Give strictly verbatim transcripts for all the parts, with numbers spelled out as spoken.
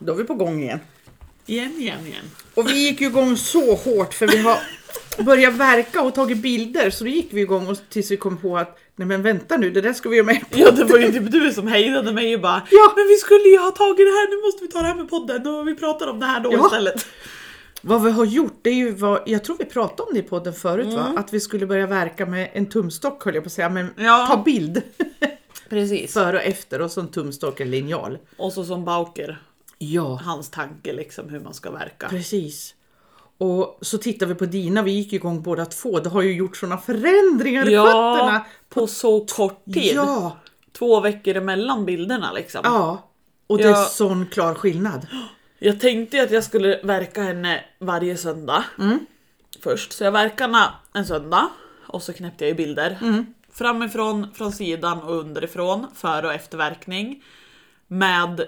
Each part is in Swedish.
då är vi på gång igen. Igen, igen, igen. Och vi gick ju igång så hårt för vi har börjat verka och tagit bilder. Så då gick vi igång och tills vi kom på att nej men vänta nu, det där ska vi göra med på. Ja, det var ju typ du som hejdade mig och bara Ja. men vi skulle ju ha tagit det här, nu måste vi ta det här med podden och vi pratar om det här då Ja. istället. Vad vi har gjort, det är ju vad, jag tror vi pratade om det i podden förut Mm. va? Att vi skulle börja verka med en tumstock höll jag på att säga, men Ja. ta bild. Precis. Före och efter och så en tumstock eller linjal. Och så som Bauker, Ja, hans tanke liksom hur man ska verka. precis. Och så tittar vi på dina, vi gick igång båda två. Det har ju gjort såna förändringar i fötterna. Ja, på så kort tid. Ja, Två veckor emellan bilderna liksom. ja. Och det är Ja. sån klar skillnad. Jag tänkte att jag skulle verka henne varje söndag. Mm. Först. Så jag verkade en söndag. Och så knäppte jag i bilder. Mm. Framifrån, från sidan och underifrån. Före och efterverkning. Med,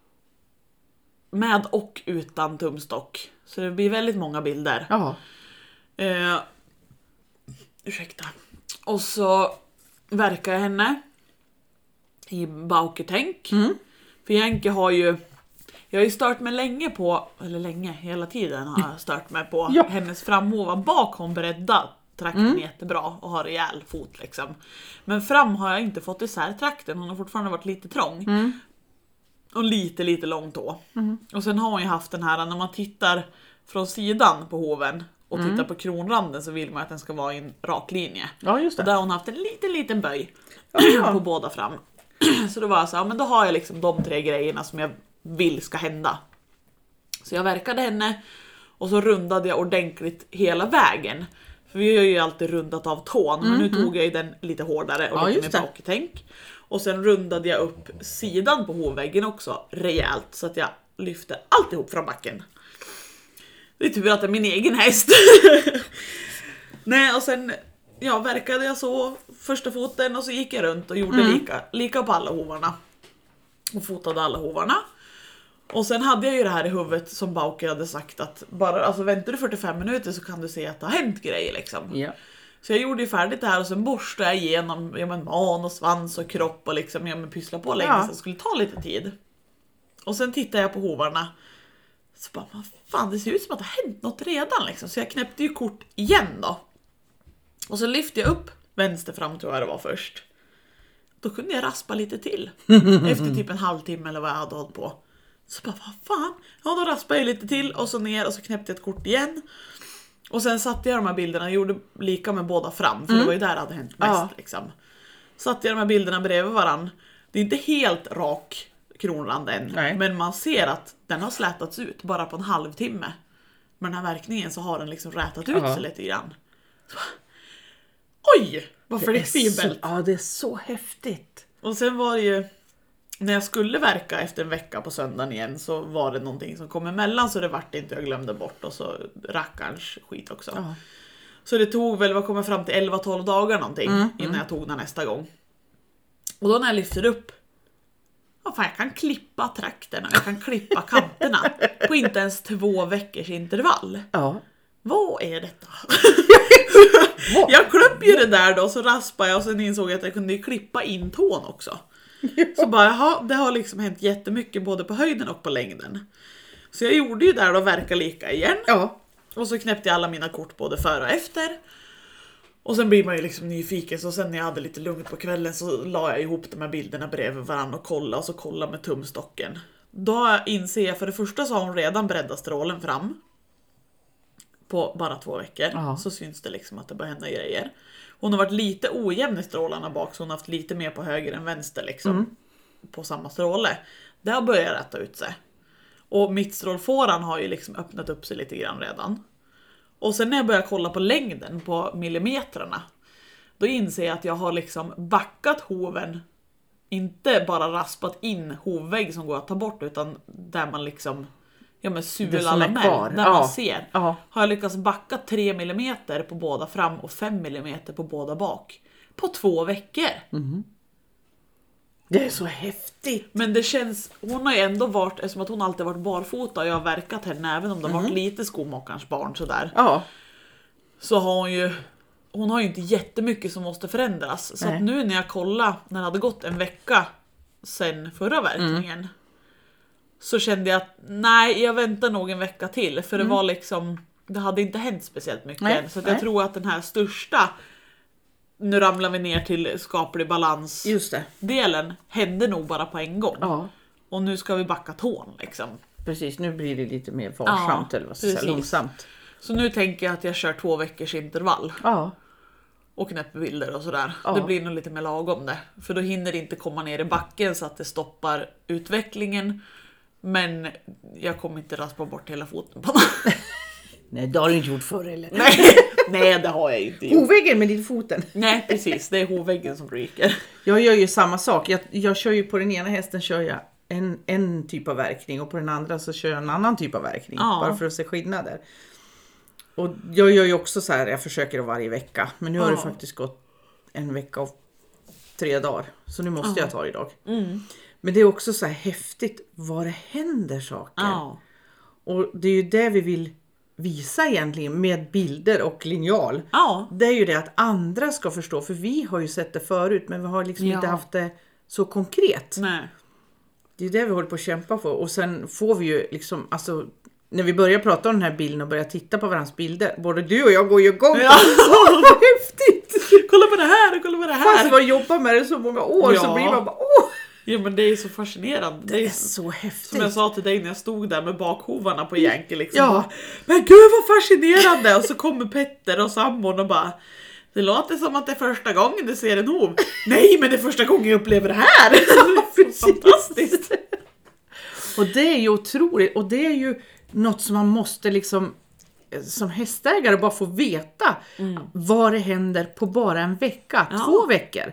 med och utan tumstock. Så det blir väldigt många bilder. Ja. Eh, ursäkta. Och så verkar jag henne i Bauker-tänk. Mm. För Jänke har ju jag har ju stört mig länge på, eller länge, hela tiden har jag stört mig på Ja. hennes framhova. Bak hon bredda trakten Mm. jättebra och har rejäl fot liksom. Men fram har jag inte fått isär trakten, hon har fortfarande varit lite trång. Mm. Och lite, lite lång tå. Mm. Och sen har hon ju haft den här, när man tittar från sidan på hoven och Mm. tittar på kronranden så vill man att den ska vara i en rak linje. Ja, just Och det. där har hon haft en liten, liten böj Ja. på båda fram. Så då var jag så här, ja, men då har jag liksom de tre grejerna som jag vill ska hända. Så jag verkade henne och så rundade jag ordentligt hela vägen. För vi har ju alltid rundat av tån, men nu tog jag ju den lite hårdare och Ja, lite just mer det. baktänk. Och sen rundade jag upp sidan på hovväggen också rejält så att jag lyfte alltihop från backen. Det är tur att det är min egen häst. Nej, och sen ja, verkade jag så första foten och så gick jag runt och gjorde Mm. lika, lika på alla hovarna. Och fotade alla hovarna. Och sen hade jag ju det här i huvudet som Bauker hade sagt att bara, alltså väntar du fyrtiofem minuter så kan du se att det har hänt grejer liksom. Ja. Så jag gjorde ju färdigt det här och sen borstade jag igenom ja, men, man och svans och kropp och liksom ja, men, pyssla på länge Ja. så det skulle ta lite tid. Och sen tittade jag på hovarna. Så bara, vad fan, det ser ut som att det har hänt något redan liksom. Så jag knäppte ju kort igen då. Och så lyfte jag upp vänster fram tror jag det var först. Då kunde jag raspa lite till. Efter typ en halvtimme eller vad jag hade hållit på. Så bara, vad fan? Ja, då raspade jag lite till och så ner och så knäppte jag ett kort igen. Och sen satte jag de här bilderna, jag gjorde lika med båda fram. För Mm. det var ju där det hade hänt mest Ja. liksom. Satte jag de här bilderna bredvid varann. Det är inte helt rak kronrand än. Nej. Men man ser att den har slätats ut bara på en halvtimme. Med den här verkningen så har den liksom rätat ut Ja. sig lite grann. Så, oj, vad Det är flexibelt. så, ja, det är så häftigt. Och sen var det ju, när jag skulle verka efter en vecka på söndagen igen så var det någonting som kom emellan så det vart inte, jag glömde bort och så rackarns skit också. Ja. Så det tog väl, vad kommer fram till elva tolv dagar någonting Mm, innan jag tog den nästa gång. Och då när jag lyfter upp, ja fan jag kan klippa trakterna, jag kan klippa kanterna på inte ens två veckors intervall. Ja. Vad är detta? Jag klipp ju det där då, så raspade jag och sen insåg jag att jag kunde ju klippa in tån också. Så bara, jaha, det har liksom hänt jättemycket både på höjden och på längden. Så jag gjorde ju där då verka lika igen. Ja. Och så knäppte jag alla mina kort både före och efter. Och sen blir man ju liksom nyfiken, så sen när jag hade lite lugnt på kvällen så la jag ihop de här bilderna bredvid varandra och kollade och så kollade med tumstocken. Då inser jag, för det första så har hon redan breddat strålen fram. På bara två veckor. Ja. Så syns det liksom att det börjar hända grejer. Hon har varit lite ojämn i strålarna bak, så hon har haft lite mer på höger än vänster liksom. Mm. På samma stråle. Det har börjat rätta ut sig. Och mittstrålfåran har ju liksom öppnat upp sig lite grann redan. Och sen när jag börjar kolla på längden på millimetrarna, då inser jag att jag har liksom backat hoven, inte bara raspat in hovvägg som går att ta bort, utan där man liksom ja men Det som sulala är med, kvar. där Ja. man ser. Ja. Har jag lyckats backa tre millimeter på båda fram och fem millimeter på båda bak. På två veckor. Det är så häftigt. Men det känns, hon har ju ändå varit, eftersom att hon alltid varit barfota och jag har verkat henne, även om det har varit lite skomakarens barn sådär. Ja. Så har hon ju, hon har ju inte jättemycket som måste förändras. Så Nej. att nu när jag kollar, när det hade gått en vecka sen förra verkningen. så kände jag att nej, jag väntar nog en vecka till. För det Mm. var liksom, det hade inte hänt speciellt mycket. Nej, Så att jag nej. tror att den här största, nu ramlar vi ner till skaplig balans Just det. delen, hände nog bara på en gång. Ja, Och nu ska vi backa tån liksom. precis. Nu blir det lite mer varsamt Ja, eller vad ska jag säga, precis. långsamt. Så nu tänker jag att jag kör två veckors intervall. Ja, Och knäpper bilder och sådär. Ja. Det blir nog lite mer lagom det. För då hinner det inte komma ner i backen så att det stoppar utvecklingen. Men jag kommer inte raspa bort hela foten på den. nej det har du inte gjort förr eller? Nej, nej, det har jag inte gjort. Oväggen med din foten. Nej, precis. Det är hovväggen som ryker. Jag gör ju samma sak. Jag, jag kör ju på den ena hästen kör jag en, en typ av verkning och på den andra så kör jag en annan typ av verkning. Ja. Bara för att se skillnader. Och jag gör ju också så här, jag försöker varje vecka. Men nu har Ja. det faktiskt gått en vecka och tre dagar. Så nu måste Ja. jag ta det idag. Mm. Men det är också så här häftigt vad det händer saker. Ja. Och det är ju det vi vill visa egentligen med bilder och linjal. Ja. Det är ju det att andra ska förstå. För vi har ju sett det förut men vi har liksom Ja. inte haft det så konkret. Nej. Det är det vi håller på att kämpa för. Och sen får vi ju liksom, alltså när vi börjar prata om den här bilden och börjar titta på varandras bilder. Både du och jag går ju igång. Ja. Så häftigt! Kolla på det här och kolla på det Fast här. man jobbar med det så många år Ja. så blir man bara åh! Ja, men det är så fascinerande. Det är så häftigt. Som jag sa till dig när jag stod där med bakhovarna på Yankee liksom. Ja. Bara, men gud vad fascinerande! Och så kommer Petter och sambon och bara, det låter som att det är första gången du ser en hov. Nej, men det är första gången jag upplever det här! Det är så fantastiskt! Och det är ju otroligt. Och det är ju något som man måste liksom som hästägare bara få veta Mm. vad det händer på bara en vecka, Ja. två veckor.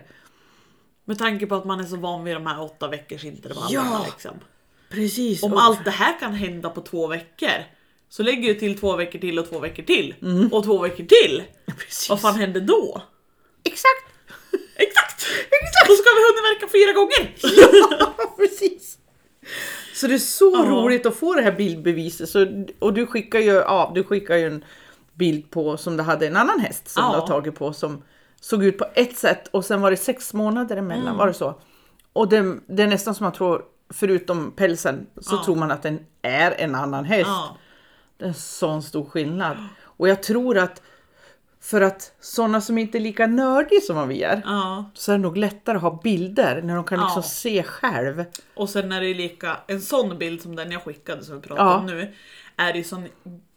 Med tanke på att man är så van vid de här åtta veckors intervallerna Ja. liksom. Precis. Om Och- allt det här kan hända på två veckor, så lägger jag till två veckor till och två veckor till. Och två veckor till. Precis. Vad fan händer då? Exakt. Exakt! Exakt! Då ska vi hunna verka fyra gånger! Ja, precis. Så det är så Ja. roligt att få det här bildbeviset. Så, och du skickar ju, ja, du skickar ju en bild på som du hade en annan häst som Ja. du har tagit på som såg ut på ett sätt och sen var det sex månader emellan, Mm. var det så? Och det, det är nästan som man tror, förutom pälsen, så Ja. tror man att den är en annan häst. Ja. Det är en sån stor skillnad. Och jag tror att för att sådana som inte är lika nördiga som vi är, Ja. så är det nog lättare att ha bilder när de kan liksom Ja. se själv. Och sen är det lika, en sån bild som den jag skickade som vi pratar Ja. om nu, är det ju sån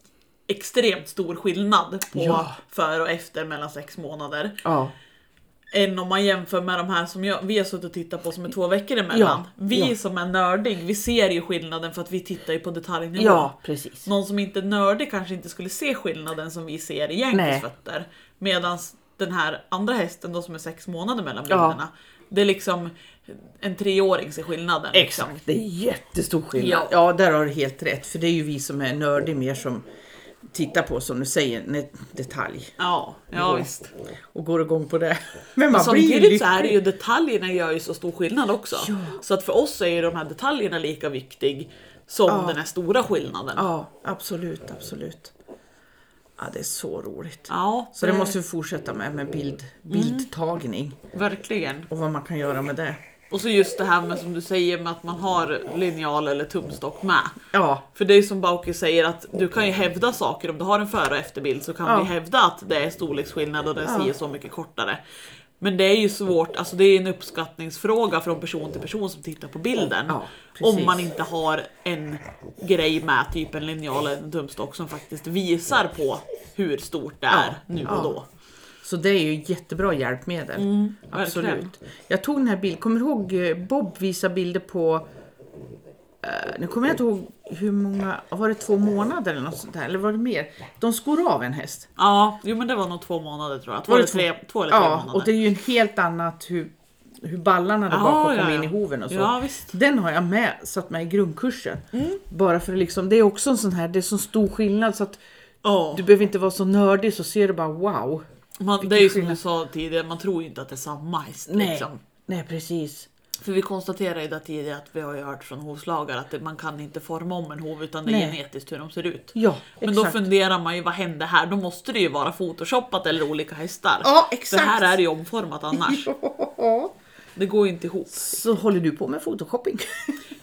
extremt stor skillnad på Ja. före och efter mellan sex månader. Ja. Än om man jämför med de här som jag, vi har suttit och tittat på som är två veckor emellan. Ja, Vi ja. som är nördig, vi ser ju skillnaden för att vi tittar ju på detaljnivå. Ja, precis. Någon som inte är nördig kanske inte skulle se skillnaden som vi ser i Yankees Nej. fötter. Medan den här andra hästen då som är sex månader mellan Ja. bilderna. Det är liksom en treåring ser skillnaden. Liksom. Exakt, det är jättestor skillnad. Ja. Ja. där har du helt rätt. För det är ju vi som är nördiga mer som tittar på, som du säger, en detalj. Ja, ja, Ja. visst. Och går igång på det. Men man Men blir samtidigt lycklig. så är det ju detaljerna gör ju så stor skillnad också. Ja. Så att för oss är ju de här detaljerna lika viktig som Ja. den här stora skillnaden. Ja, absolut, absolut. Ja, det är så roligt. Ja, Så det måste vi fortsätta med, med bild, bildtagning. verkligen. Och vad man kan göra med det. Och så just det här med som du säger med att man har linjal eller tumstock med. Ja, För det är som Bauke säger att du kan ju hävda saker om du har en före och efterbild så kan Ja. vi hävda att det är storleksskillnad och den Ja. ser så mycket kortare. Men det är ju svårt, alltså det är en uppskattningsfråga från person till person som tittar på bilden. Ja, precis. om man inte har en grej med, typ en linjal eller en tumstock som faktiskt visar på hur stort det är Ja. nu Ja. och då. så det är ju jättebra hjälpmedel. Mm, Absolut. verkligen. Jag tog den här bilden, kommer du ihåg eh, Bob visade bilder på, eh, nu kommer jag inte ihåg hur många, var det två månader eller något sånt där, eller var det mer? De skor av en häst. Ja, jo men det var nog två månader tror jag. Två, Var det eller, tre, två eller tre Ja, månader. och det är ju en helt annat hur, hur ballarna där Ja, bakom ja, kom ja. in i hoven och så. Ja, visst. Den har jag med, satt med i grundkursen. Mm. Bara för liksom, det är också en sån här, det är så stor skillnad så att Ja. du behöver inte vara så nördig så ser du bara wow. Man, det är ju som skillnad. du sa tidigare, man tror ju inte att det är samma häst. Nej, Liksom. nej precis. För vi konstaterade ju där tidigare att vi har ju hört från hovslagare att det, man kan inte forma om en hov utan det är Nej. genetiskt hur de ser ut. Ja, Men då exakt. funderar man ju, vad händer här? Då måste det ju vara photoshoppat eller olika hästar. Ja, För exakt. här är det ju omformat annars. Ja. Det går ju inte ihop. Så håller du på med photoshopping?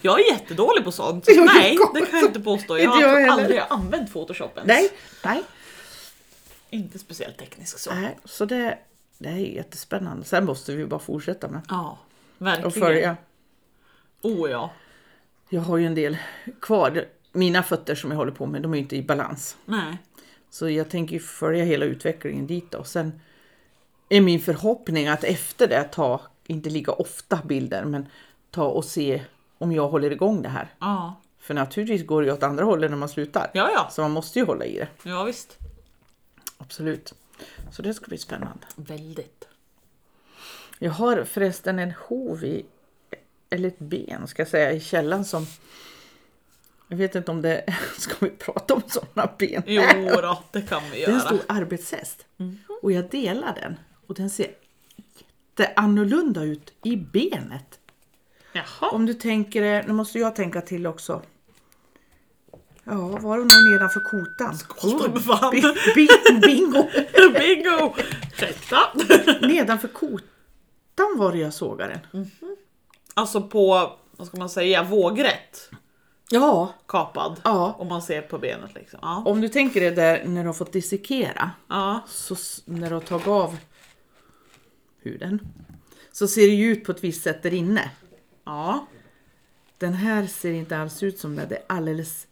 Jag är jättedålig på sånt. Så nej, det kan jag inte påstå. Jag har Inte jag alltså heller. aldrig använt Photoshop ens. Nej, nej. Inte speciellt teknisk så. nej. Så det, det är jättespännande. Sen måste vi bara fortsätta med. Ja, verkligen. Och följa. Oh ja. Jag har ju en del kvar. Mina fötter som jag håller på med, de är ju inte i balans. Nej. Så jag tänker ju följa hela utvecklingen dit då. Sen är min förhoppning att efter det ta, inte lika ofta bilder, men ta och se om jag håller igång det här. Ja. För naturligtvis går det ju åt andra hållet när man slutar. Ja, ja. Så man måste ju hålla i det. Ja, visst. Absolut. Så det ska bli spännande. Väldigt. Jag har förresten en hov i, eller ett ben ska jag säga, i källan som... Jag vet inte om det... Ska vi prata om sådana ben? Jo då, det kan vi Det är en göra. stor arbetshäst. Och jag delar den. Och den ser jätteannorlunda ut i benet. Jaha. Om du tänker det, nu måste jag tänka till också. Ja, var det nog nedanför kotan? Som fan. Bi- bi- bingo! Bingo! Ursäkta. Nedanför kotan var det jag sågade den. Alltså på, vad ska man säga, vågrätt. Ja, Kapad. ja. Om man ser på benet liksom. Ja. Om du tänker det där när du har fått dissekera. Ja. Så s- när du har tagit av huden. Så ser det ju ut på ett visst sätt där inne. Ja. Den här ser inte alls ut som det. Det är alldeles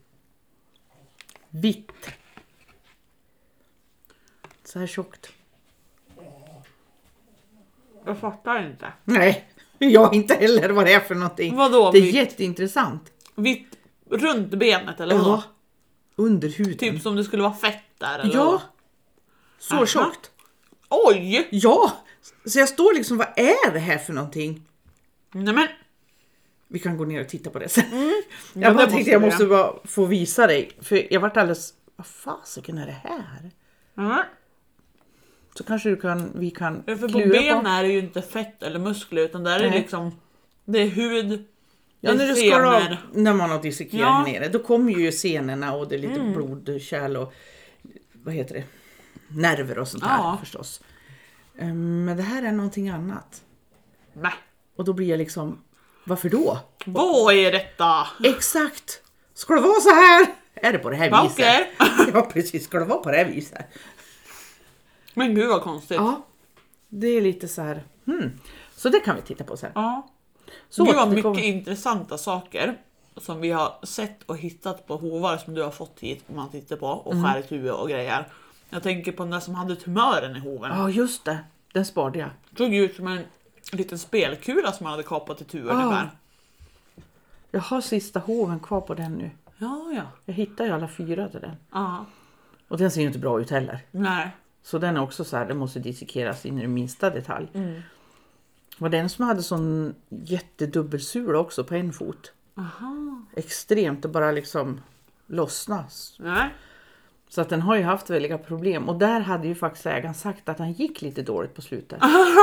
vitt. Så här tjockt. Jag fattar inte. Nej, jag inte heller vad det är för någonting. Vadå, Det är vitt? jätteintressant. Vitt runt benet eller vad? Ja, under huden. Typ som det skulle vara fett där eller Ja, vad? så Aha. tjockt. Oj! Ja, så jag står liksom, vad är det här för någonting? Nej men. Vi kan gå ner och titta på det sen. Ja, jag det bara måste tänkte jag vi måste göra. bara få visa dig. För jag vart alldeles, vad fasiken är det här? Ja. Så kanske du kan, vi kan För på klura benen är det ju inte fett eller muskler utan där är Nej. liksom, det är hud, Ja, det när är du skar av, senor. när man har dissekerat Ja. nere, då kommer ju senorna och det är lite blodkärl och vad heter det? Nerver och sånt här Ja. förstås. Ehm, Men det här är någonting annat. Nej. Och då blir jag liksom, varför då? Vad är detta? Exakt! Ska det vara så här? Är det på det här Va, viset? okej. Ja, precis. Ska det vara på det här viset? Men gud vad konstigt. Ja, det är lite så här. Hmm. Så det kan vi titta på sen. Ja. Så Gud vad det mycket kommer- intressanta saker som vi har sett och hittat på hovar som du har fått hit om man tittar på och Mm. skär huvud och grejer. Jag tänker på den där som hade tumören i hoven. Ja, just det. Den sparade jag. Såg ut som en liten spelkula som man hade kapat i tur Ja. ungefär. Jag har sista hoven kvar på den nu. Ja, ja. Jag hittar ju alla fyra till den. Ja. Och den ser ju inte bra ut heller. Nej. Så den är också så här, den måste dissekeras in i den minsta detalj. Mm. Och den som hade sån jättedubbelsula också på en fot. Aha. Extremt, det bara liksom lossnas. Nej. Så att den har ju haft väldiga problem. Och där hade ju faktiskt ägaren sagt att han gick lite dåligt på slutet.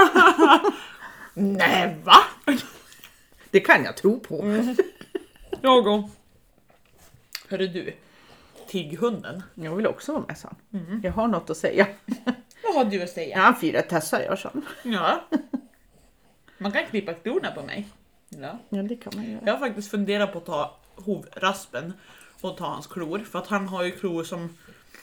Nej, va? Det kan jag tro på. Mm. Jag och. Hörru du. Tigghunden. Jag vill också vara med, sa han. Jag har något att säga. Vad har du att säga? Ja, han firar Tessa, jag sa. Ja. Man kan klippa klorna på mig. Ja. Ja, det kan man göra. Jag har faktiskt funderat på att ta hovraspen och ta hans klor. För att han har ju klor som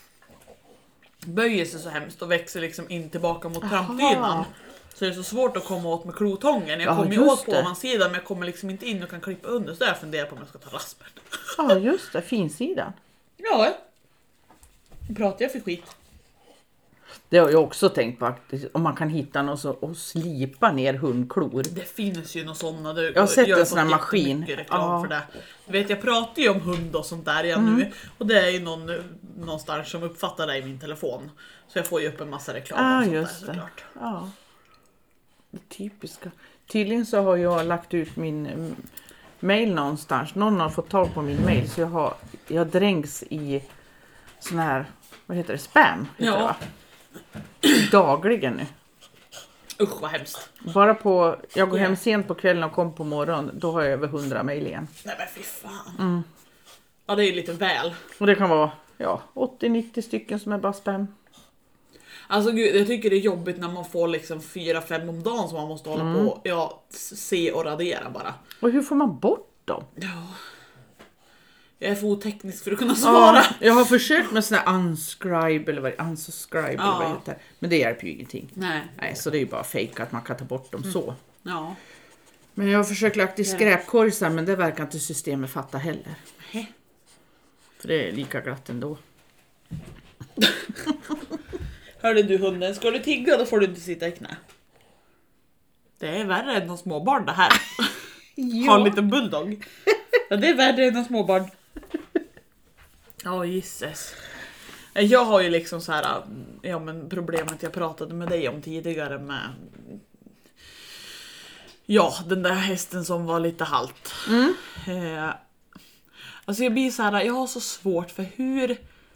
böjer sig så hemskt och växer liksom in tillbaka mot trampdynan. Så det är så svårt att komma åt med klotången. Jag Ja, kommer ju just åt på det. ovansidan men jag kommer liksom inte in och kan klippa under. Så jag funderar på om jag ska ta raspen. Ja, just det. Finsidan. Ja. Pratar jag för skit? Det har jag också tänkt på. Om man kan hitta någon så, och slipa ner hundklor. Det finns ju någon sådana. Det, Jag har sett jag en sån här fått maskin. jättemycket reklam Ja. för det. Du vet, jag pratar ju om hund och sånt där igen nu. Och det är ju någon någonstans som uppfattar det i min telefon. Så jag får ju upp en massa reklam Ja, och sånt just där det. såklart. Ja. Det typiska. Tydligen så har jag lagt ut min mm, mail någonstans. Någon har fått tag på min mail så jag har jag dränks i sån här, vad heter det, spam heter Ja. det, va? Dagligen nu. Usch vad hemskt. Bara på, jag går Ja. hem sent på kvällen och kom på morgonen, då har jag över hundra mail igen. Nej men fy fan. Mm. Ja det är ju lite väl. Och det kan vara ja, åttio nittio stycken som är bara spam. Alltså gud, jag tycker det är jobbigt när man får liksom fyra fem om dagen som man måste hålla Mm. på ja, se och radera bara. Och hur får man bort dem. Ja. Jag är för oteknisk för att kunna svara. Ja, jag har försökt med sån här unscribe eller vad, unsubscribe Ja. eller vad det heter. Men det hjälper ju ingenting. Nej. Nej, så det är ju bara fake att man kan ta bort dem så. Ja. Men jag har försökt lagt i skräpkorg sen, men det verkar inte systemet fatta heller. Nej. För det är lika glatt ändå. Hörde du hunden, ska du tigga då får du inte sitta i knä. Det är värre än de små barn det här. Ja. Ha en liten bulldog. Ja, det är värre än de små barn. Ja, oh, gisses. Jag har ju liksom så här, ja men problemet jag pratade med dig om tidigare med, ja, den där hästen som var lite halt. Mm. Eh, alltså jag blir så här, jag har så svårt för hur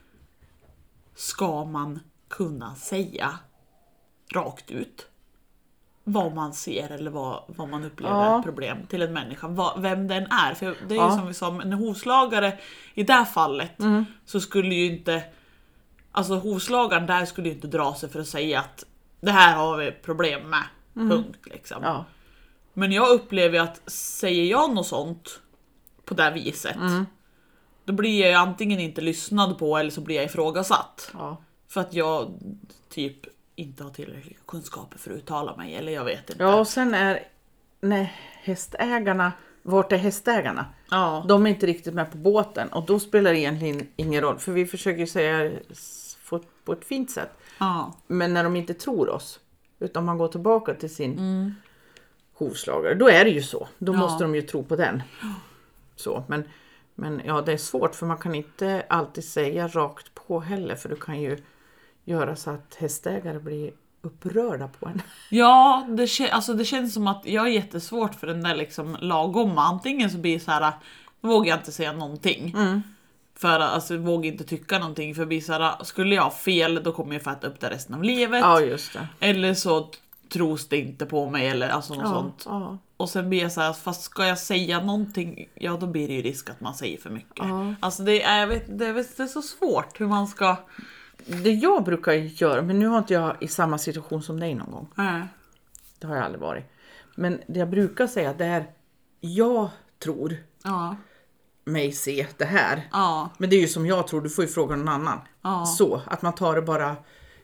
ska man kunna säga rakt ut vad man ser eller vad, vad man upplever Ja. är ett problem till en människa, vad, vem den är. För det är Ja. ju som vi sa, en hovslagare i det här fallet Mm. så skulle ju inte, alltså hovslagaren där skulle ju inte dra sig för att säga att det här har vi problem med, punkt liksom. Ja. Men jag upplever att säger jag något sånt på det viset, Mm. då blir jag ju antingen inte lyssnad på eller så blir jag ifrågasatt. Ja. För att jag typ inte har tillräckliga kunskaper för att uttala mig, eller jag vet inte. Ja, och sen är nej, hästägarna, vart är hästägarna? Ja. De är inte riktigt med på båten och då spelar det egentligen ingen roll. För vi försöker ju säga s- på, på ett fint sätt. Ja. Men när de inte tror oss, utan man går tillbaka till sin Mm. hovslagare, då är det ju så. Då Ja. måste de ju tro på den. Så, men, men ja, det är svårt för man kan inte alltid säga rakt på heller. För du kan ju göra så att hästägare blir upprörda på en. Ja, det, kä- alltså det känns som att jag är jättesvårt för den där liksom lagom. Antingen så blir det så här, då vågar jag inte säga någonting. Mm. För alltså, jag vågar inte tycka någonting. För blir så här, skulle jag ha fel, då kommer jag få äta upp det resten av livet. Ja, just det. Eller så tros det inte på mig eller alltså något Ja, sånt. ja. Och sen blir jag så här, fast ska jag säga någonting, ja då blir det ju risk att man säger för mycket. Ja. Alltså det är, jag vet, det, är, det är så svårt hur man ska... Det jag brukar göra, men nu har inte jag i samma situation som dig någon gång. Äh. Det har jag aldrig varit. Men det jag brukar säga, det är jag tror Ja, mig se det här. ja, Men det är ju som jag tror, du får ju fråga någon annan. Ja. Så, att man tar det bara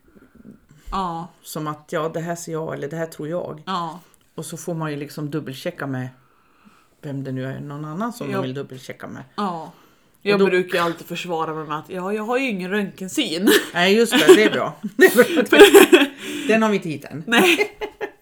ja, som att ja, det här ser jag eller det här tror jag. ja. Och så får man ju liksom dubbelchecka med vem det nu är, någon annan som Ja. de vill dubbelchecka med. ja. Jag då- brukar ju alltid försvara mig med att ja, jag har ju ingen röntgensyn. Nej, just det, det är bra. Det är bra. Den har vi inte hittat än. Nej,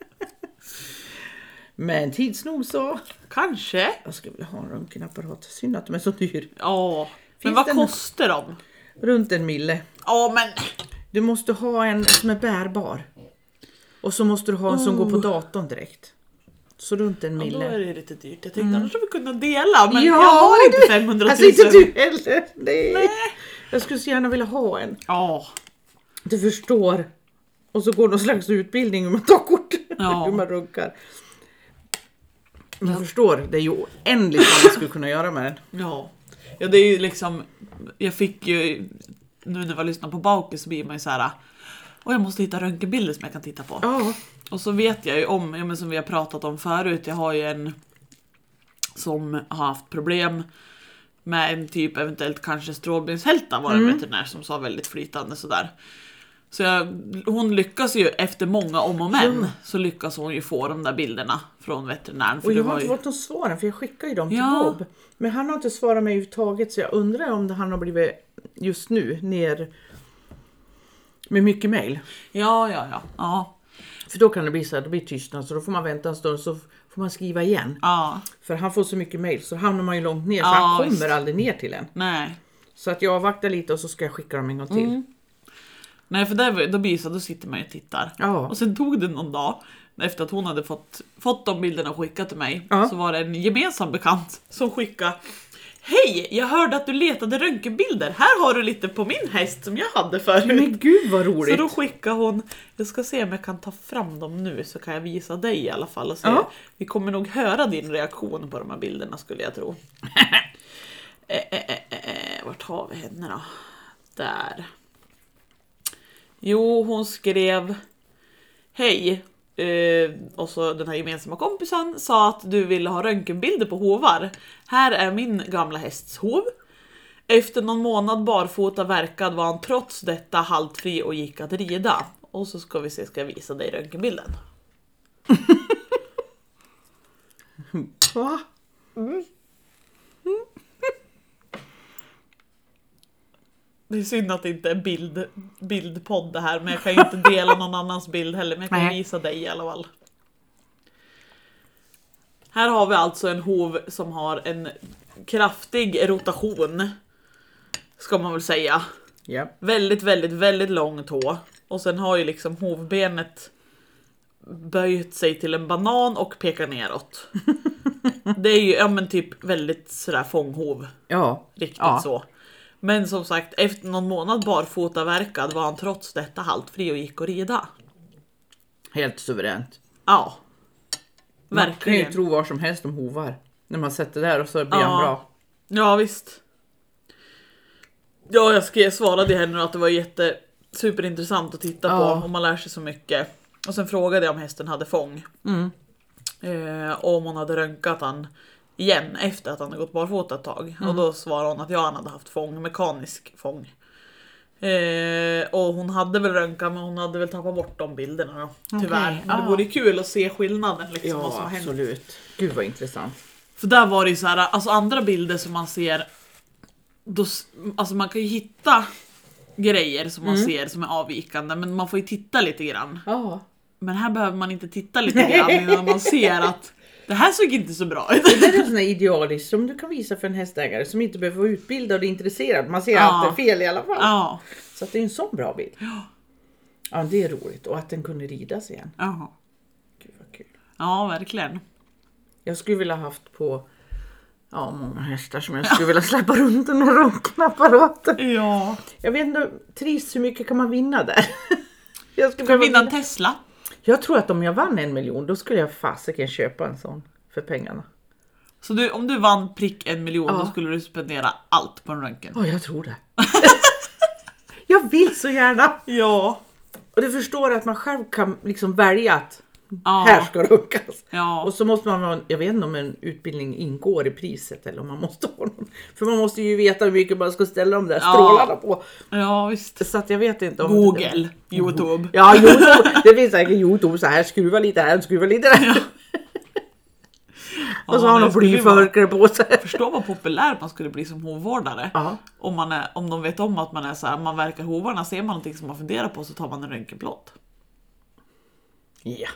Men tids nog så. kanske. Jag skulle vilja ha en röntgenapparat. Synd att de är så dyr. Ja, men Finns vad det en- kostar de? Runt en mille. Ja, men... Du måste ha en som är bärbar. Och så måste du ha en som går på datorn direkt. Så runt en Ja, då mille. är det lite dyrt. Jag tänkte annars skulle vi kunna dela, men Ja, jag har inte du- femhundratusen. Alltså inte du heller. Nej. Jag skulle så gärna vilja ha en. Ja, Du förstår. Och så går någon slags utbildning hur man tar kort. Ja. Hur man runkar. Man förstår, det är ju oändligt vad man skulle kunna göra med den. ja. Ja, det är ju liksom... Jag fick ju... Nu när jag lyssnar på Bauke så blir man ju så här... Och jag måste hitta röntgenbilder som jag kan titta på. Ja. Och så vet jag ju om, ja, men som vi har pratat om förut, jag har ju en som har haft problem med en typ eventuellt kanske strålningshälta, var en Mm. veterinär som sa väldigt flytande sådär. Så jag, hon lyckas ju efter många om och men, Ja. så lyckas hon ju få de där bilderna från veterinären. För Och det jag har var inte ju, fått något svar än, för jag skickar ju dem till Ja. Bob. Men han har inte svarat mig överhuvudtaget, så jag undrar om det han har blivit just nu ner med mycket mejl. ja, ja, ja, ja, För då kan det bli så här, då blir det tystnad, så då får man vänta en stund så får man skriva igen. ja, För han får så mycket mejl så hamnar man ju långt ner, så Ja, han kommer visst. aldrig ner till en. nej. Så att jag avvaktar lite och så ska jag skicka dem en gång till. Mm. Nej, för där, då blir det så, då sitter man ju och tittar. Ja. Och sen tog det någon dag efter att hon hade fått, fått de bilderna skickat till mig. Ja. Så var det en gemensam bekant som skickade: hej, jag hörde att du letade röntgenbilder. Här har du lite på min häst som jag hade förut. Men gud vad Så roligt! då skickade hon, jag ska se om jag kan ta fram dem nu så kan jag visa dig i alla fall. Och se. Ja. Vi kommer nog höra din reaktion på de här bilderna skulle jag tro. eh, eh, eh, eh, vart har vi henne då? Där. Jo, hon skrev: hej, eh, och så den här gemensamma kompisen sa att du ville ha röntgenbilder på hovar. Här är min gamla hästs hov. Efter någon månad barfota verkad var han trots detta haltfri och gick att rida. Och så ska vi se, ska jag visa dig röntgenbilden. Va? Mm. Det är synd att det inte är bild, bildpodd det här, men jag kan ju inte dela någon annans bild heller, men jag kan Nej. visa dig i alla fall. Här har vi alltså en hov som har en kraftig rotation, ska man väl säga. Ja. Väldigt, väldigt, väldigt lång tå. Och sen har ju liksom hovbenet böjt sig till en banan och pekar neråt. Det är ju, ja men typ väldigt sådär fånghov. Ja. Riktigt Ja. så. Men som sagt, efter någon månad barfota verkad var han trots detta haltfri och gick att rida. Helt suveränt. Ja. Man kan Verkligen. ju tro var som helst om hovar. När man sätter där och så blir Ja. han bra. Ja, visst. Ja, jag skrev, svarade henne att det var jätte superintressant att titta Ja. på och man lär sig så mycket. Och sen frågade jag om hästen hade fång. Mm. Eh, och om hon hade röntgat han igen efter att han hade gått barfota ett tag. Mm. Och då svarade hon att jag hade haft fång, mekanisk fång. Eh, och hon hade väl röntgat, men hon hade väl tappat bort de bilderna då, tyvärr. Okej, Men det ja. vore kul att se skillnaden liksom, vad som Ja, har hänt. absolut. Gud vad intressant. För där var det ju så här, alltså andra bilder som man ser, då, s- alltså man kan ju hitta grejer som man Mm. ser som är avvikande, men man får ju titta lite grann. Ja. Men här behöver man inte titta lite grann innan man ser att det här såg inte så bra ut. Det där är en sån här idealiskt som du kan visa för en hästägare som inte behöver vara utbildad och intresserad. Man ser Ja. allt är fel i alla fall. Ja, Så att det är en sån bra bild. Ja, det är roligt. Och att den kunde ridas igen. ja, Gud vad kul. ja, verkligen. Jag skulle vilja haft på ja, många hästar som jag skulle vilja släppa runt den här röntgenapparaten. Ja. Jag vet inte, trist hur mycket kan man vinna där? Jag, skulle Kan behöva vinna en vinna. Tesla. Jag tror att om jag vann en miljon då skulle jag fasiken köpa en sån för pengarna. Så du, om du vann prick en miljon, Ja. då skulle du spendera allt på en röntgen. Ja, jag tror det. Jag vill så gärna. Ja. Och du förstår att man själv kan liksom välja att Ja. här ska röntgas. Ja. Och så måste man ha, jag vet inte om en utbildning ingår i priset eller om man måste ha någon. För man måste ju veta hur mycket man ska ställa de där Ja. strålarna på. Ja, visst. Så att jag vet inte om... Google, YouTube. Ja, YouTube. Det finns säkert YouTube så här, skruva lite här, skruva lite där. Och så Ja, har det de skulle ju blyförkare på sig. Förstå vad populär man skulle bli som hovvårdare. Ja. Om, man är, om de vet om att man är så här, man verkar hovarna, ser man någonting som man funderar på så tar man en röntgenplåt. Ja.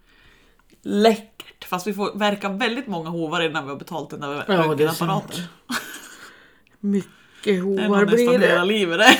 Läckert. Fast vi får verka väldigt många hovar innan vi har betalt den där Ja, det är röntgenapparaten. sant. Mycket Det är hovar nog blir nästan hela det. livet det.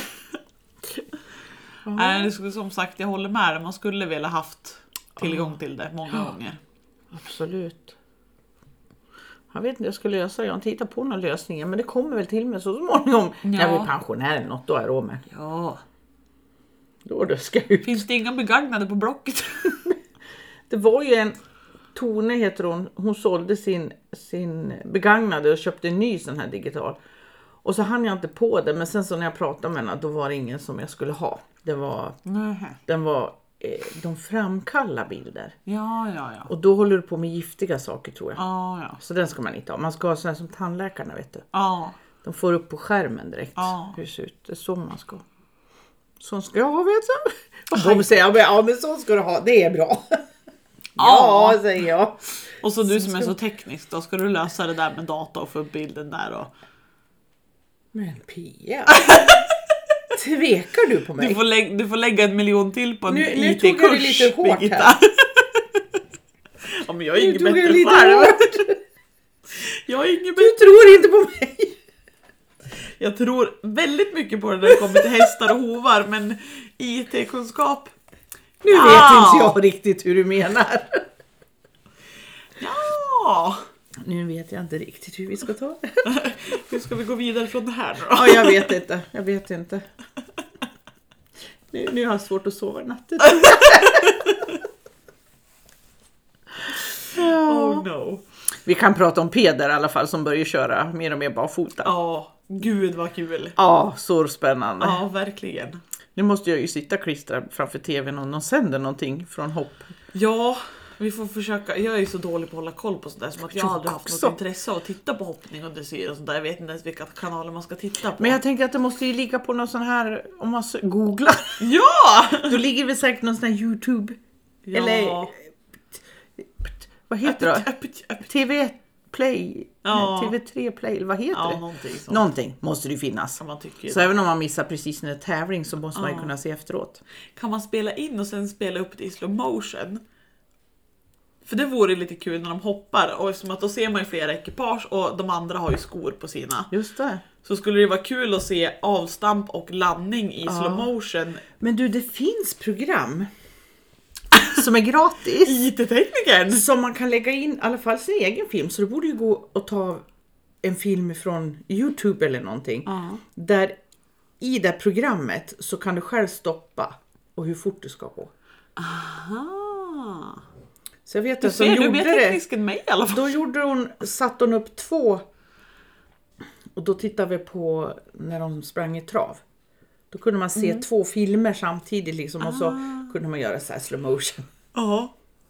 Nej, det skulle, som sagt, jag håller med dig. Man skulle vilja haft tillgång till det många gånger. Absolut. Jag vet inte hur jag ska lösa. Jag har inte hittat på några lösningar. Men det kommer väl till mig så småningom. När jag blir pensionär eller något. Då är jag råd med. Ja. Då det ska ut. Finns det inga begagnade på Blocket? Det var ju en Tone heter hon. Hon sålde sin, sin begagnade och köpte en ny sån här digital. Och så hann jag inte på det. Men sen så när jag pratade med henne då var det ingen som jag skulle ha. Det var, Nej. den var, eh, de framkallar bilder. Ja, ja, ja. Och då håller du på med giftiga saker tror jag. Ja, ja. Så den ska man inte ha. Man ska ha sån här som tandläkarna vet du. Ja. De får upp på skärmen direkt Ja. hur det ser ut. Det är så man ska. Så ska jag ha vet du. Och de säger ja men så ska du ha. Det är bra. Ja. Ja säger jag. Och så du som är så teknisk, då ska du lösa det där med data och få upp bilden där. Och... Men Pia. Tvekar du på mig? Du, får lägga, du får lägga en miljon till på en Nu- nu I tog jag det T-kurs. lite hårt Birgitta. här. Ja, men jag är Nu inget tog bättre jag lite själv. hårt. Jag är inget Du bättre. tror inte på mig. Jag tror väldigt mycket på det när det kommer till hästar och hovar, men I T-kunskap. Nu Ja. vet inte jag riktigt hur du menar. Ja. Nu vet jag inte riktigt hur vi ska ta det. Hur ska vi gå vidare från det här då? Ja, jag vet inte. Jag vet inte. Nu, nu har jag svårt att sova i natten. Oh no. Vi kan prata om Peder i alla fall som börjar köra mer och mer barfota. Ja, gud vad kul. Ja, så spännande. Ja, verkligen. Nu måste jag ju sitta klistrad framför tvn om de sänder någonting från hopp. Ja, vi får försöka. Jag är ju så dålig på att hålla koll på sånt där. Som att jag aldrig haft något intresse av att titta på hoppning och dressyr och sånt där. Jag vet inte ens vilka kanaler man ska titta på. Men jag tänker att det måste ju ligga på någon sån här, om man googlar. Ja! Då ligger det säkert någon sån här YouTube. Ja. Eller vad heter det? T V Play. Ja. Nej, T V tre Play, vad heter Ja, det? någonting sånt. Någonting måste det finnas. Man tycker Så det. även om man missar precis en tävling så måste man ju Ja. kunna se efteråt. Kan man spela in och sen spela upp det i slow motion? För det vore lite kul när de hoppar. Och eftersom att då ser man ju flera ekipage och de andra har ju skor på sina. Just det. Så skulle det vara kul att se avstamp och landning i Ja. slow motion. Men du, det finns program som är gratis. I T-teknikern! Som man kan lägga in i alla fall sin egen film. Så det borde ju gå att ta en film från YouTube eller någonting. Ja. Där i det programmet så kan du själv stoppa och hur fort du ska gå. Aha. Så jag vet Du att som ser, du gjorde vet det. tekniskt än mig i alla fall. Då gjorde hon, satt hon upp två. Och då tittade vi på när de sprang i trav. Då kunde man se Mm. två filmer samtidigt liksom. Och så Ah. kunde man göra så här slow motion. Ja.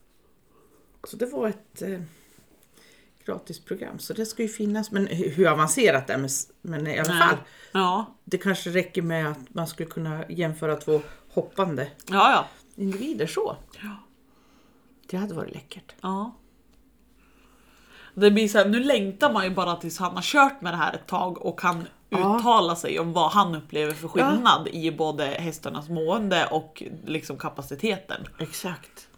Så det var ett eh, gratis program. Så det ska ju finnas. Men hur hur avancerat det är. Men, men i alla Nej. fall. Ja. Det kanske räcker med att man skulle kunna jämföra två hoppande Ja, ja. individer så. Ja. Det hade varit läckert. Ja. Det blir så här, nu längtar man ju bara tills han har kört med det här ett tag och kan Ja. uttala sig om vad han upplever för skillnad i både hästarnas mående och liksom kapaciteten. Exakt.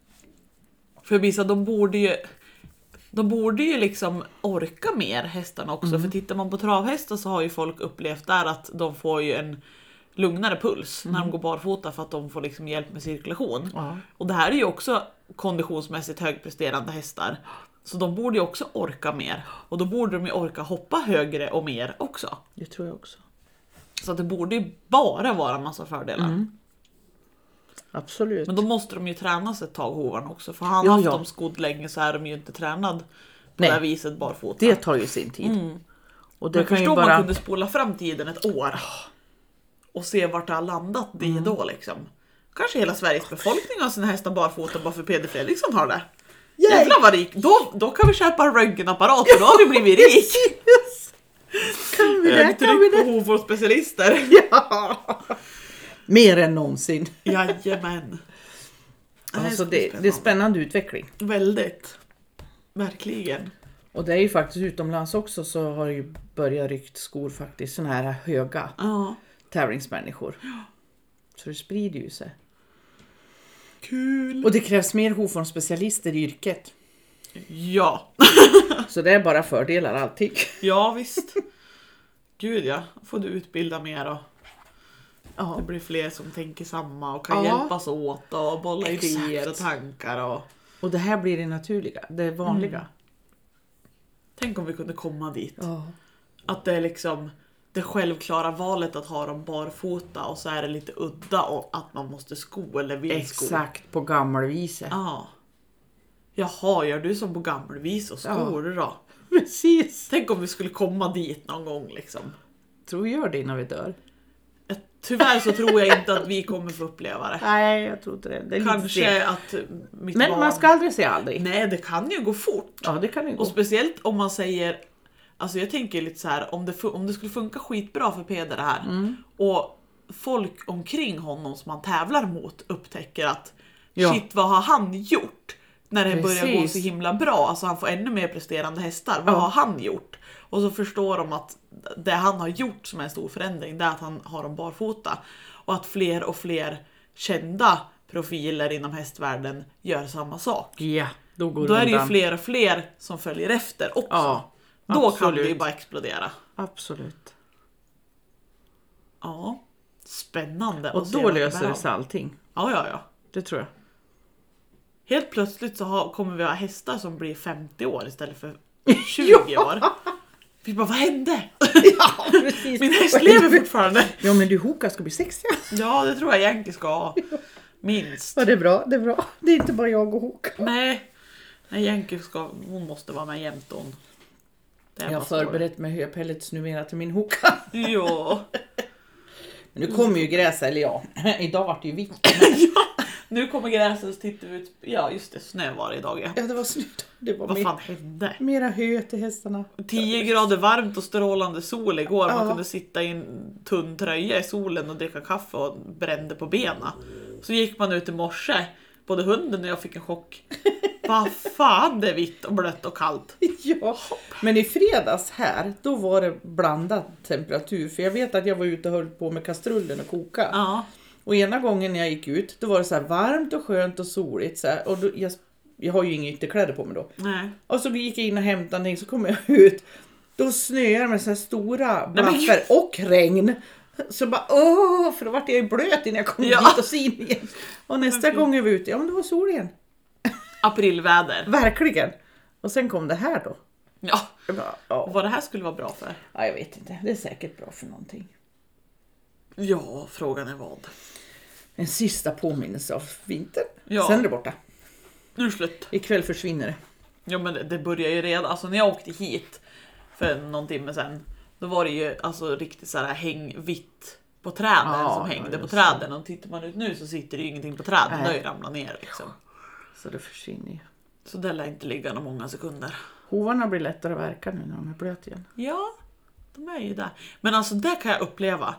För det blir så här, de borde ju de borde ju liksom orka mer hästarna också. Mm. För tittar man på travhästar så har ju folk upplevt där att de får ju en lugnare puls när de går barfota för att de får liksom hjälp med cirkulation. Ja. Och det här är ju också konditionsmässigt högpresterande hästar. Så de borde ju också orka mer. Och då borde de ju orka hoppa högre och mer också. Det tror jag också. Så att det borde ju bara vara en massa fördelar. Mm. Absolut. Men då måste de ju tränas ett tag, hovarna också. För har han Ja, haft ja. dem skodd länge så är de ju inte tränad på Nej. det här viset barfota. Det tar ju sin tid. Mm. Och det Men kan ju förstå bara... man kunde spola fram tiden ett år. Och se vart det har landat det Mm. då liksom. Kanske hela Sveriges befolkning har sina hästar barfota bara för Peder Fredriksson har det. Yay! Jävlar vad rik. Då, då kan vi köpa en röntgenapparat och då har vi blivit rik. Kan vi det? Högt Kan vi tryck det? på hovvårdsspecialister. Ja! Mer än någonsin. Jajamän. Alltså det, det är spännande utveckling. Väldigt. Verkligen. Och det är ju faktiskt utomlands också så har det ju börjat rykt skor faktiskt. Såna här höga Ja. tävlingsmänniskor. Så det sprider ju sig. Kul. Och det krävs mer hovformsspecialister i yrket. Ja. Så det är bara fördelar allting. Ja visst. Gud ja. Får du utbilda mer och Ja. det blir fler som tänker samma och kan Ja. hjälpas åt och bolla Exakt. idéer och tankar. Och... Och det här blir det naturliga. Det vanliga. Mm. Tänk om vi kunde komma dit. Ja. Att det är liksom det självklara valet att ha dem barfota och så är det lite udda och att man måste sko eller vill sko. Exakt på gammalviset. Ja. Jaha, gör du som på gammelvis och skor då? Precis. Tänk om vi skulle komma dit någon gång liksom. Tror vi gör det innan vi dör. Tyvärr så tror jag inte att vi kommer få uppleva det. Nej, jag tror inte det. Det är lite Kanske sent. att mitt Men barn... man ska aldrig säga aldrig. Nej, det kan ju gå fort. Ja, det kan ju gå. Och speciellt om man säger... Alltså jag tänker lite så här, om det, fu- om det skulle funka skitbra för Peder det här. Mm. Och folk omkring honom som han tävlar mot upptäcker att Ja. shit, vad har han gjort? När det börjar gå Precis. så himla bra. Alltså han får ännu mer presterande hästar. Vad Ja. har han gjort? Och så förstår de att det han har gjort som är en stor förändring, det är att han har dem barfota. Och att fler och fler kända profiler inom hästvärlden gör samma sak. Ja, då går Då är det ju undan. fler och fler som följer efter också. Ja, Då absolut. kan det ju bara explodera. Absolut. Ja, spännande. Och att se då vart det löser bär det av. sig allting. Ja, ja, ja. Det tror jag. Helt plötsligt så har, kommer vi ha hästar som blir femtio år istället för tjugo år. Vi bara, vad hände? Ja, precis. Min häst lever fortfarande. Ja, men du Hoka ska bli sextio. Ja, det tror jag Yankee ska ha. Minst. Ja, det är bra. Det är bra. Det är inte bara jag och Hoka. Nej, nej Yankee ska, hon måste vara med jämt hon. Det är Jag har bara så. förberett med höpellets numera till min Hoka. Ja. Men nu kommer ju gräs, eller ja. Idag var det ju vitt. Nu kommer gräset och tittar ut. Ja, just det. Snö var det idag. Ja, Ja, det var slut. Det var vad mer, fan hände? mera hö till hästarna. tio grader varmt och strålande sol igår. Ja. Man kunde sitta i en tunn tröja i solen och dricka kaffe och brände på benen. Så gick man ut i morse. Både hunden och jag fick en chock. Vad fan, det är vitt och blött och kallt. Ja, men i fredags här, då var det blandad temperatur. För jag vet att jag var ute och höll på med kastrullen och koka. Ja. Och ena gången när jag gick ut, då var det så här varmt och skönt och soligt. Så här, och då, jag, jag har ju inga ytterkläder på mig då. Nej. Och så gick jag in och hämtade någonting, så kom jag ut. Då snöar med så här stora men blaffer och regn. Så bara, åh, för då vart jag ju blöt innan jag kom Ja. dit och sin igen. Och nästa Okej. gång jag var ute, ja men det var sol igen. Aprilväder. Verkligen. Och sen kom det här då. Ja. Jag bara, ja. Vad det här skulle vara bra för? Ja, jag vet inte. Det är säkert bra för någonting. Ja, frågan är vad. En sista påminnelse av vintern. Ja. Sen är det borta. Nu är det slut. Ikväll försvinner det. Ja, men det, det börjar ju redan. Alltså när jag åkte hit för någon timme sedan. Då var det ju alltså riktigt så här häng vitt på träden Ja, som hängde på just träden. Och tittar man ut nu så sitter det ju ingenting på träden. Nej. Det har ju ramlat ner liksom. Så det försvinner ju. Så det lär inte ligga några många sekunder. Hovarna blir lättare att verka nu när de är blöt igen. Ja, de är ju där. Men alltså det kan jag uppleva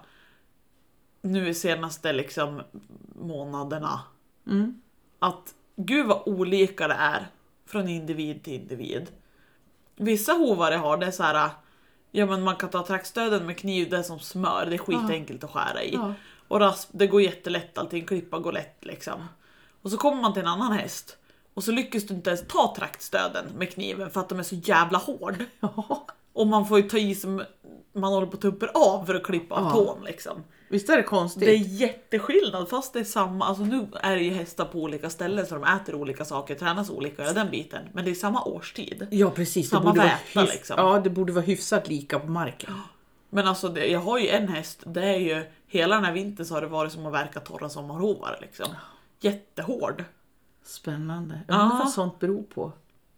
nu i senaste liksom månaderna. Mm. Att gud vad olika det är från individ till individ. Vissa hovare har det så här, ja men man kan ta trackstöden med kniv, det är som smör, det är skitenkelt att skära i. Ja. Och rasp, det går jättelätt, allting klippa går lätt liksom. Och så kommer man till en annan häst och så lyckas du inte ens ta trackstöden med kniven för att de är så jävla hård. Ja. Och man får ju ta i som man håller på att tupper av för att klippa av Ja. tån liksom. Visst är det konstigt? Det är jätteskillnad fast det är samma, alltså nu är det ju hästar på olika ställen så de äter olika saker, tränas olika, ja, den biten. Men det är samma årstid. Ja, precis. Samma det borde väta, vara hyf- liksom. Ja, det borde vara hyfsat lika på marken. Men alltså det, jag har ju en häst, det är ju hela den här vintern så har det varit som att verka torra sommarhovar liksom. Jättehård. Spännande. Ja. Jag undrar vad sånt beror på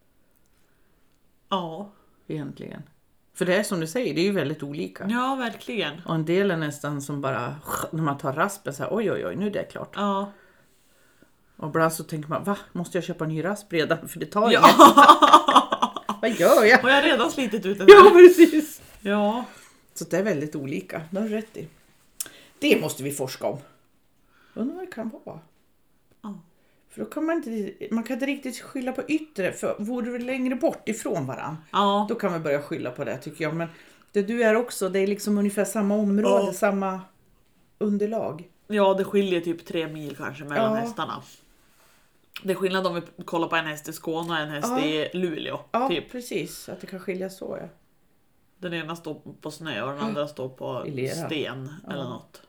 Ja. egentligen. För det är som du säger, det är ju väldigt olika. Ja, verkligen. Och en del är nästan som bara, när man tar raspen så här, oj oj oj, nu är det klart. Ja. Och ibland så tänker man, va? Måste jag köpa en ny rasp redan? För det tar ju. Ja. Vad gör jag? Och jag har redan slitit ut den Ja, här. precis. Ja. Så det är väldigt olika. Det har du rätt i. Det måste vi forska om. Undrar vad det kan vara. Ja. För då kan man inte, man kan inte riktigt skylla på yttre. För vore vi längre bort ifrån varann, Ja. då kan vi börja skylla på det tycker jag. Men det du är också, det är liksom ungefär samma område, Ja. samma underlag. Ja, det skiljer typ tre mil kanske mellan Ja. hästarna. Det är skillnad om vi kollar på en häst i Skåne och en häst Ja. i Luleå. Ja, Typ. precis. Att det kan skilja så, ja. Den ena står på snö och den andra står på I lera. sten eller Ja. något.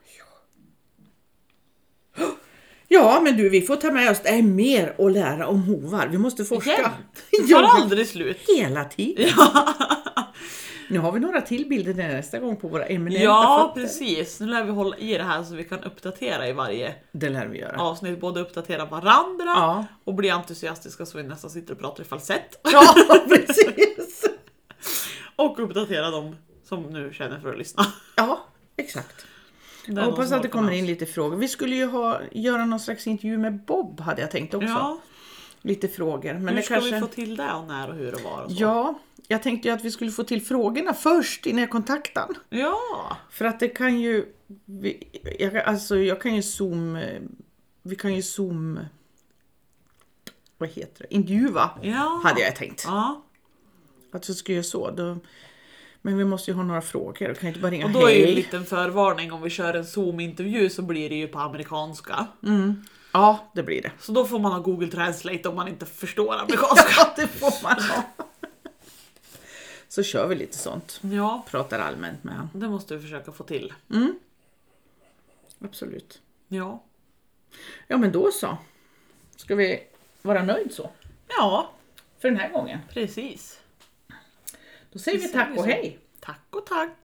Ja, men du, vi får ta med oss, det är mer att lära om hovar. Vi måste forska. Igen. Det tar Ja, aldrig slut. hela tiden. Nu har vi några till bilder nästa gång på våra eminenta Ja, fötter. precis. Nu lär vi hålla i det här så vi kan uppdatera i varje Det lär vi göra. avsnitt. Både uppdatera varandra Ja, och bli entusiastiska så vi nästan sitter och pratar i falsett. ja precis. Och uppdatera dem som nu känner för att lyssna. Ja, exakt. Det är Jag hoppas någon att det som kommer har in lite frågor. Vi skulle ju ha, göra någon slags intervju med Bob, hade jag tänkt också. Ja, Lite frågor. Men hur det ska kanske... vi få till det och när och hur och var och så? Ja, jag tänkte ju att vi skulle få till frågorna först innan jag kontaktar han. Ja. För att det kan ju... Vi, jag, alltså jag kan ju zoom... Vi kan ju zoom... Vad heter det? Intervjua, Ja. hade jag tänkt. Ja. Att vi ska göra så. Då, men vi måste ju ha några frågor. Vi kan ju inte bara ringa Och då är ju en hej. liten förvarning, om vi kör en Zoom-intervju så blir det ju på amerikanska. Mm. Ja, det blir det. Så då får man ha Google Translate om man inte förstår amerikanska. Ja, det får man ha. Så kör vi lite sånt. Ja, Pratar allmänt med han. det måste vi försöka få till. Mm. Absolut. Ja. Ja, men då så. Ska vi vara nöjd så? Ja, För den här gången. precis. Då säger vi Det tack säger och vi så. hej. Tack och tack.